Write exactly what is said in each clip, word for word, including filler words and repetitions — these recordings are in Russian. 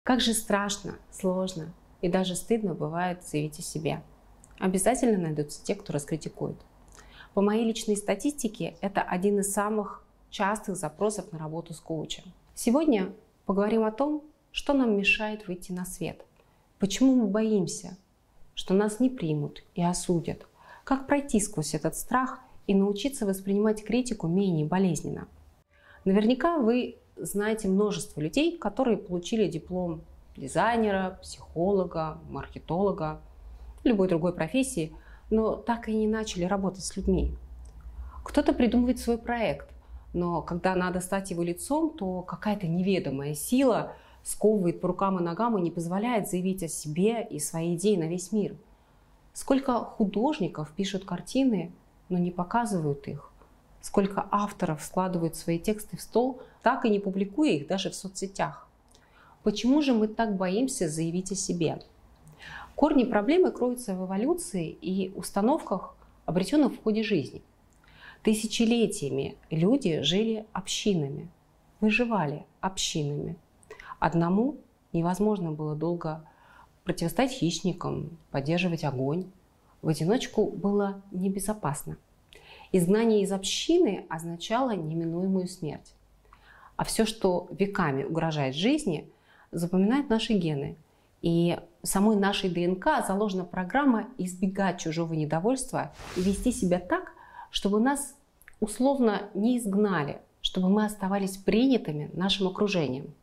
Как же страшно, сложно и даже стыдно бывает заявить о себе. Обязательно найдутся те, кто раскритикует. По моей личной статистике, это один из самых частых запросов на работу с коучем. Сегодня поговорим о том, что нам мешает выйти на свет. Почему мы боимся, что нас не примут и осудят. Как пройти сквозь этот страх и научиться воспринимать критику менее болезненно. Наверняка вы знаете множество людей, которые получили диплом дизайнера, психолога, маркетолога, любой другой профессии, но так и не начали работать с людьми. Кто-то придумывает свой проект, но когда надо стать его лицом, то какая-то неведомая сила сковывает по рукам и ногам и не позволяет заявить о себе и своей идее на весь мир. Сколько художников пишут картины, но не показывают их. Сколько авторов складывают свои тексты в стол, так и не публикуя их даже в соцсетях. Почему же мы так боимся заявить о себе? Корни проблемы кроются в эволюции и установках, обретенных в ходе жизни. Тысячелетиями люди жили общинами, выживали общинами. Одному невозможно было долго противостоять хищникам, поддерживать огонь. В одиночку было небезопасно. Изгнание из общины означало неминуемую смерть. А все, что веками угрожает жизни, запоминают наши гены. И в самой нашей ДНК заложена программа избегать чужого недовольства и вести себя так, чтобы нас условно не изгнали, чтобы мы оставались принятыми нашим окружением.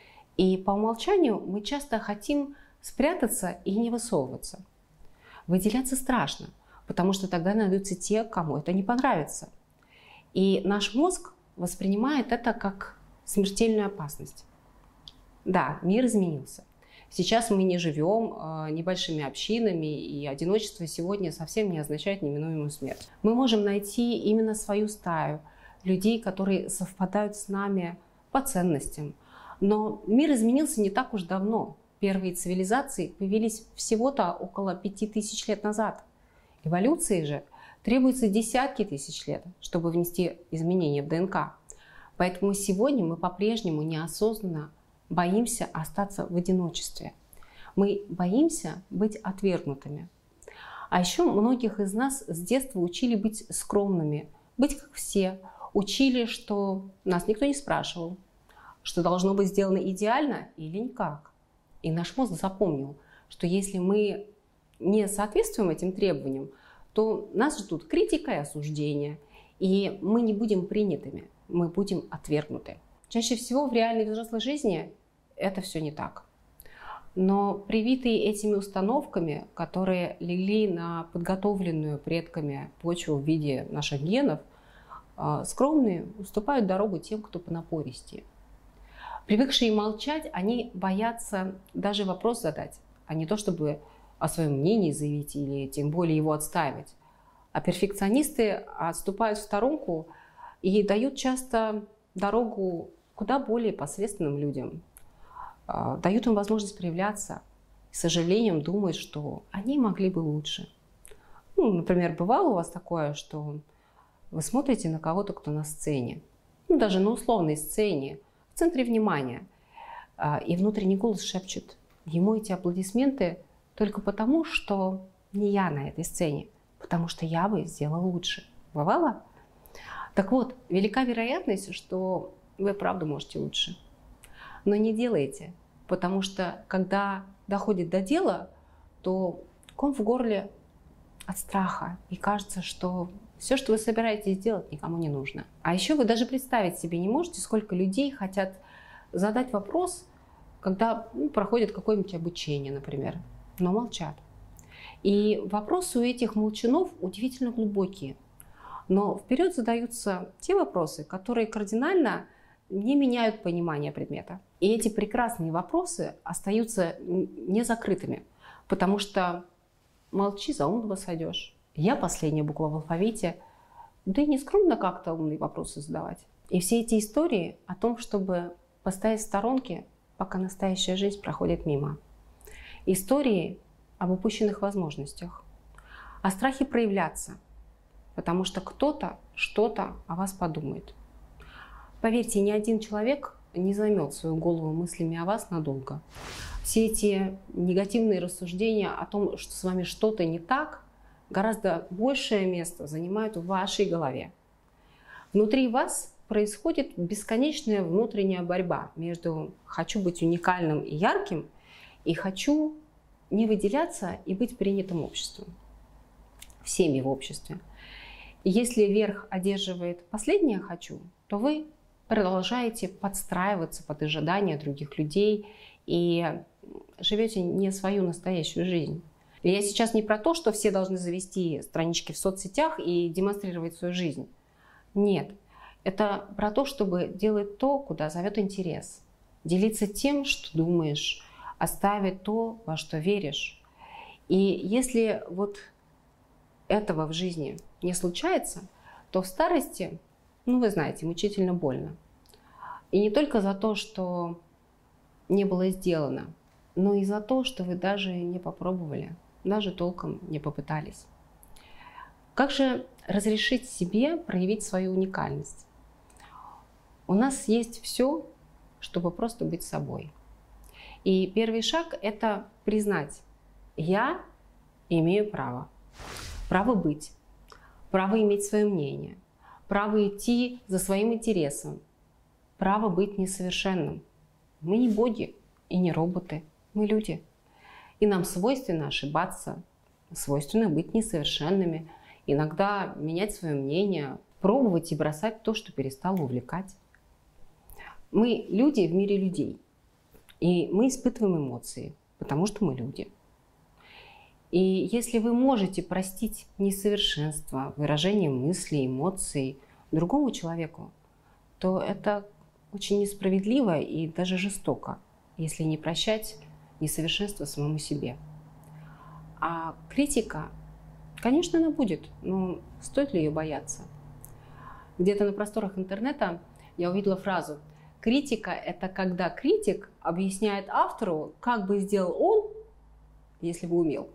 И по умолчанию мы часто хотим спрятаться и не высовываться. Выделяться страшно, потому что тогда найдутся те, кому это не понравится. И наш мозг воспринимает это как смертельную опасность. Да, мир изменился. Сейчас мы не живем э, небольшими общинами, и одиночество сегодня совсем не означает неминуемую смерть. Мы можем найти именно свою стаю, людей, которые совпадают с нами по ценностям. Но мир изменился не так уж давно. Первые цивилизации появились всего-то около пяти тысяч лет назад. Эволюции же требуется десятки тысяч лет, чтобы внести изменения в ДНК. Поэтому сегодня мы по-прежнему неосознанно боимся остаться в одиночестве. Мы боимся быть отвергнутыми. А еще многих из нас с детства учили быть скромными, быть как все. Учили, что нас никто не спрашивал, что должно быть сделано идеально или никак. И наш мозг запомнил, что если мы не соответствуем этим требованиям, то нас ждут критика и осуждение, и мы не будем принятыми, мы будем отвергнуты. Чаще всего в реальной взрослой жизни это все не так. Но привитые этими установками, которые легли на подготовленную предками почву в виде наших генов, скромные уступают дорогу тем, кто понапористее. Привыкшие молчать, они боятся даже вопрос задать, а не то чтобы о своем мнении заявить или тем более его отстаивать. А перфекционисты отступают в сторонку и дают часто дорогу куда более посредственным людям. Дают им возможность проявляться. И, с сожалением думают, что они могли бы лучше. Ну, например, бывало у вас такое, что вы смотрите на кого-то, кто на сцене, ну, даже на условной сцене, в центре внимания, и внутренний голос шепчет: ему эти аплодисменты только потому, что не я на этой сцене, потому что я бы сделала лучше. Бывало? Так вот, велика вероятность, что вы правда можете лучше. Но не делайте, потому что когда доходит до дела, то ком в горле от страха, и кажется, что все, что вы собираетесь делать, никому не нужно. А еще вы даже представить себе не можете, сколько людей хотят задать вопрос, когда ну, проходят какое-нибудь обучение, например, но молчат. И вопросы у этих молчунов удивительно глубокие. Но вперед задаются те вопросы, которые кардинально не меняют понимание предмета. И эти прекрасные вопросы остаются незакрытыми, потому что молчи, за умного сойдешь. Я последняя буква в алфавите, да и не скромно как-то умные вопросы задавать. И все эти истории о том, чтобы постоять в сторонке, пока настоящая жизнь проходит мимо. Истории об упущенных возможностях, о страхе проявляться, потому что кто-то что-то о вас подумает. Поверьте, ни один человек не займет свою голову мыслями о вас надолго. Все эти негативные рассуждения о том, что с вами что-то не так, гораздо большее место занимают в вашей голове. Внутри вас происходит бесконечная внутренняя борьба между «хочу быть уникальным и ярким» и «хочу не выделяться и быть принятым обществом», всеми в обществе. И если верх одерживает последнее «хочу», то вы продолжаете подстраиваться под ожидания других людей и живете не свою настоящую жизнь. И я сейчас не про то, что все должны завести странички в соцсетях и демонстрировать свою жизнь. Нет. Это про то, чтобы делать то, куда зовет интерес. Делиться тем, что думаешь, оставить то, во что веришь. И если вот этого в жизни не случается, то в старости, ну вы знаете, мучительно больно. И не только за то, что не было сделано, но и за то, что вы даже не попробовали, даже толком не попытались. Как же разрешить себе проявить свою уникальность? У нас есть все, чтобы просто быть собой. И первый шаг – это признать: я имею право. Право быть, право иметь свое мнение, право идти за своим интересом, право быть несовершенным. Мы не боги и не роботы, мы люди. И нам свойственно ошибаться, свойственно быть несовершенными, иногда менять свое мнение, пробовать и бросать то, что перестало увлекать. Мы люди в мире людей, и мы испытываем эмоции, потому что мы люди. И если вы можете простить несовершенство, выражение мыслей, эмоций другому человеку, то это очень несправедливо и даже жестоко, если не прощать несовершенство самому себе. А критика, конечно, она будет, но стоит ли ее бояться? Где-то на просторах интернета я увидела фразу: критика – это когда критик объясняет автору, как бы сделал он, если бы умел.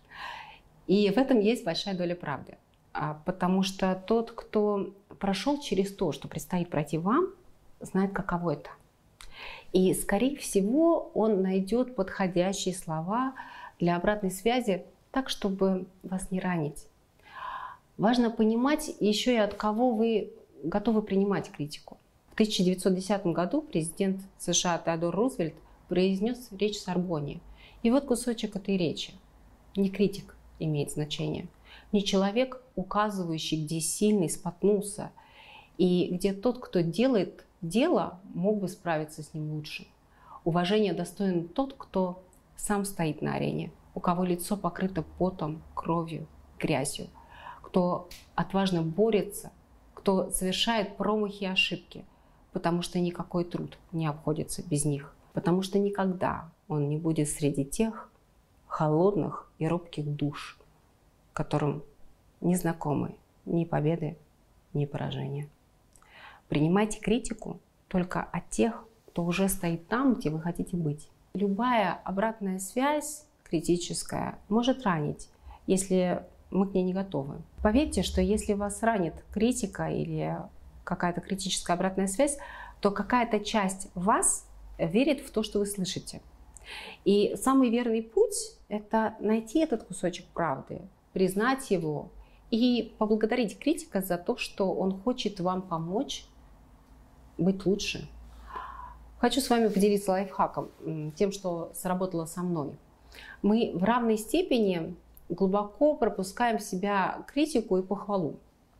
И в этом есть большая доля правды. Потому что тот, кто прошел через то, что предстоит пройти вам, знает, каково это. И, скорее всего, он найдет подходящие слова для обратной связи так, чтобы вас не ранить. Важно понимать еще и от кого вы готовы принимать критику. В тысяча девятьсот десятом году президент США Теодор Рузвельт произнес речь в Сорбонне. И вот кусочек этой речи. Не критик имеет значение, не человек, указывающий, где сильный споткнулся, и где тот, кто делает дело, мог бы справиться с ним лучше. Уважение достоин тот, кто сам стоит на арене, у кого лицо покрыто потом, кровью, грязью, кто отважно борется, кто совершает промахи и ошибки, потому что никакой труд не обходится без них, потому что никогда он не будет среди тех холодных и робких душ, которым не знакомы ни победы, ни поражения. Принимайте критику только от тех, кто уже стоит там, где вы хотите быть. Любая обратная связь критическая может ранить, если мы к ней не готовы. Поверьте, что если вас ранит критика или какая-то критическая обратная связь, то какая-то часть вас верит в то, что вы слышите. И самый верный путь – это найти этот кусочек правды, признать его и поблагодарить критика за то, что он хочет вам помочь быть лучше. Хочу с вами поделиться лайфхаком, тем, что сработало со мной. Мы в равной степени глубоко пропускаем в себя критику и похвалу.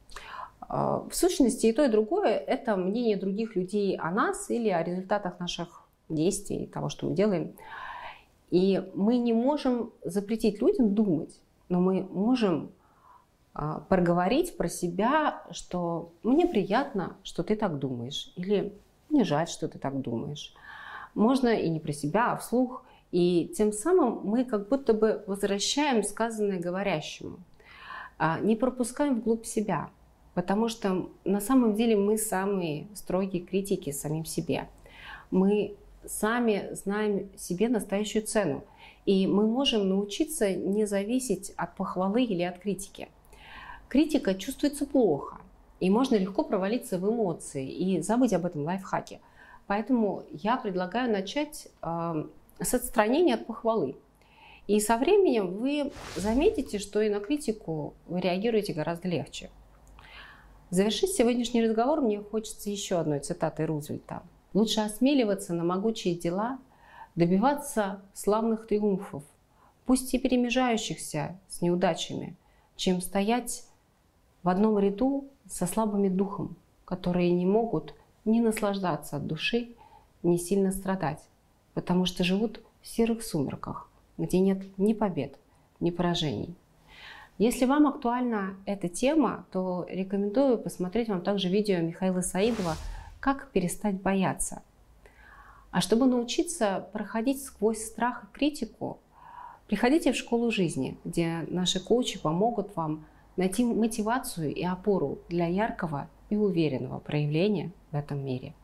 В сущности, и то, и другое – это мнение других людей о нас или о результатах наших действий, того, что мы делаем. И мы не можем запретить людям думать, но мы можем а, проговорить про себя, что мне приятно, что ты так думаешь, или мне жаль, что ты так думаешь. Можно и не про себя, а вслух. И тем самым мы как будто бы возвращаем сказанное говорящему, а, не пропускаем вглубь себя, потому что на самом деле мы самые строгие критики самим себе. Мы сами знаем себе настоящую цену. И мы можем научиться не зависеть от похвалы или от критики. Критика чувствуется плохо, и можно легко провалиться в эмоции и забыть об этом лайфхаке. Поэтому я предлагаю начать э, с отстранения от похвалы. И со временем вы заметите, что и на критику вы реагируете гораздо легче. Завершить сегодняшний разговор мне хочется еще одной цитатой Рузвельта. «Лучше осмеливаться на могучие дела, добиваться славных триумфов, пусть и перемежающихся с неудачами, чем стоять в одном ряду со слабыми духом, которые не могут ни наслаждаться от души, ни сильно страдать, потому что живут в серых сумерках, где нет ни побед, ни поражений». Если вам актуальна эта тема, то рекомендую посмотреть вам также видео Михаила Саидова «Как перестать бояться». А чтобы научиться проходить сквозь страх и критику, приходите в школу жизни, где наши коучи помогут вам найти мотивацию и опору для яркого и уверенного проявления в этом мире.